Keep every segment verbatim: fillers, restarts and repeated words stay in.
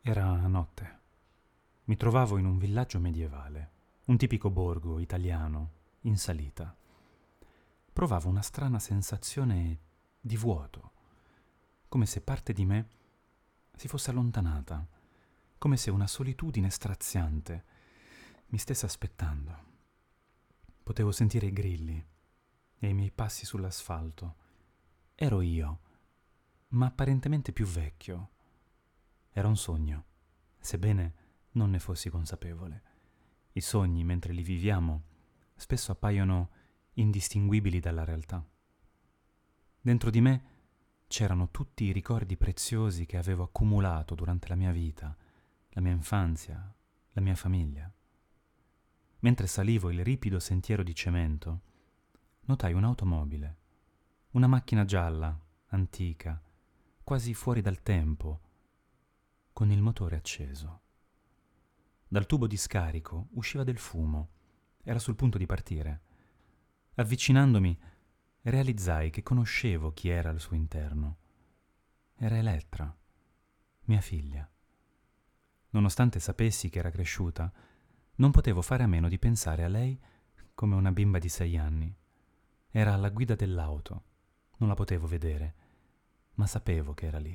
Era notte. Mi trovavo in un villaggio medievale, un tipico borgo italiano, in salita. Provavo una strana sensazione di vuoto, come se parte di me si fosse allontanata, come se una solitudine straziante mi stesse aspettando. Potevo sentire i grilli e i miei passi sull'asfalto. Ero io, ma apparentemente più vecchio. Era un sogno, sebbene non ne fossi consapevole. I sogni, mentre li viviamo, spesso appaiono indistinguibili dalla realtà. Dentro di me c'erano tutti i ricordi preziosi che avevo accumulato durante la mia vita, la mia infanzia, la mia famiglia. Mentre salivo il ripido sentiero di cemento, notai un'automobile, una macchina gialla, antica, quasi fuori dal tempo, con il motore acceso. Dal tubo di scarico usciva del fumo. Era sul punto di partire. Avvicinandomi, realizzai che conoscevo chi era al suo interno. Era Elettra, mia figlia. Nonostante sapessi che era cresciuta, non potevo fare a meno di pensare a lei come una bimba di sei anni. Era alla guida dell'auto. Non la potevo vedere, ma sapevo che era lì.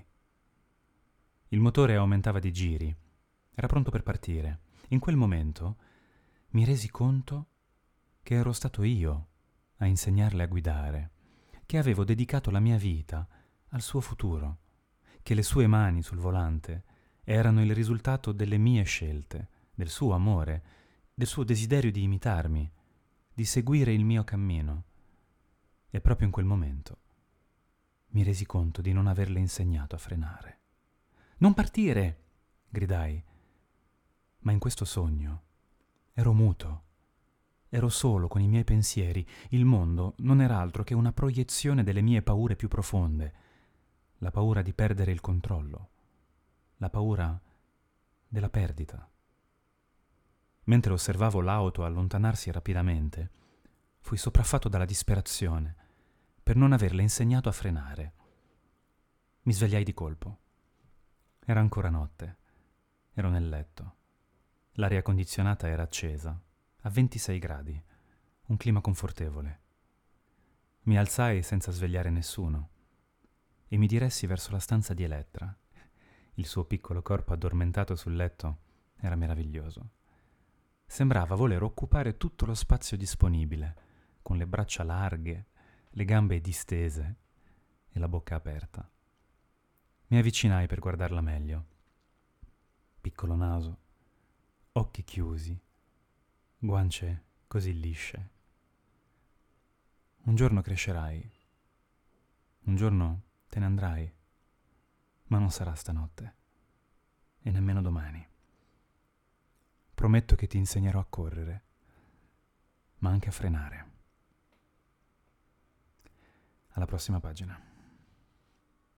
Il motore aumentava di giri. Era pronto per partire. In quel momento mi resi conto che ero stato io a insegnarle a guidare, che avevo dedicato la mia vita al suo futuro, che le sue mani sul volante erano il risultato delle mie scelte, del suo amore, del suo desiderio di imitarmi, di seguire il mio cammino. E proprio in quel momento mi resi conto di non averle insegnato a frenare. «Non partire!» gridai. Ma in questo sogno ero muto. Ero solo con i miei pensieri. Il mondo non era altro che una proiezione delle mie paure più profonde. La paura di perdere il controllo. La paura della perdita. Mentre osservavo l'auto allontanarsi rapidamente, fui sopraffatto dalla disperazione per non averle insegnato a frenare. Mi svegliai di colpo. Era ancora notte. Ero nel letto. L'aria condizionata era accesa, a ventisei gradi, un clima confortevole. Mi alzai senza svegliare nessuno e mi diressi verso la stanza di Elettra. Il suo piccolo corpo addormentato sul letto era meraviglioso. Sembrava voler occupare tutto lo spazio disponibile, con le braccia larghe, le gambe distese e la bocca aperta. Mi avvicinai per guardarla meglio. Piccolo naso, occhi chiusi, guance così lisce. Un giorno crescerai, un giorno te ne andrai, ma non sarà stanotte e nemmeno domani. Prometto che ti insegnerò a correre, ma anche a frenare. Alla prossima pagina.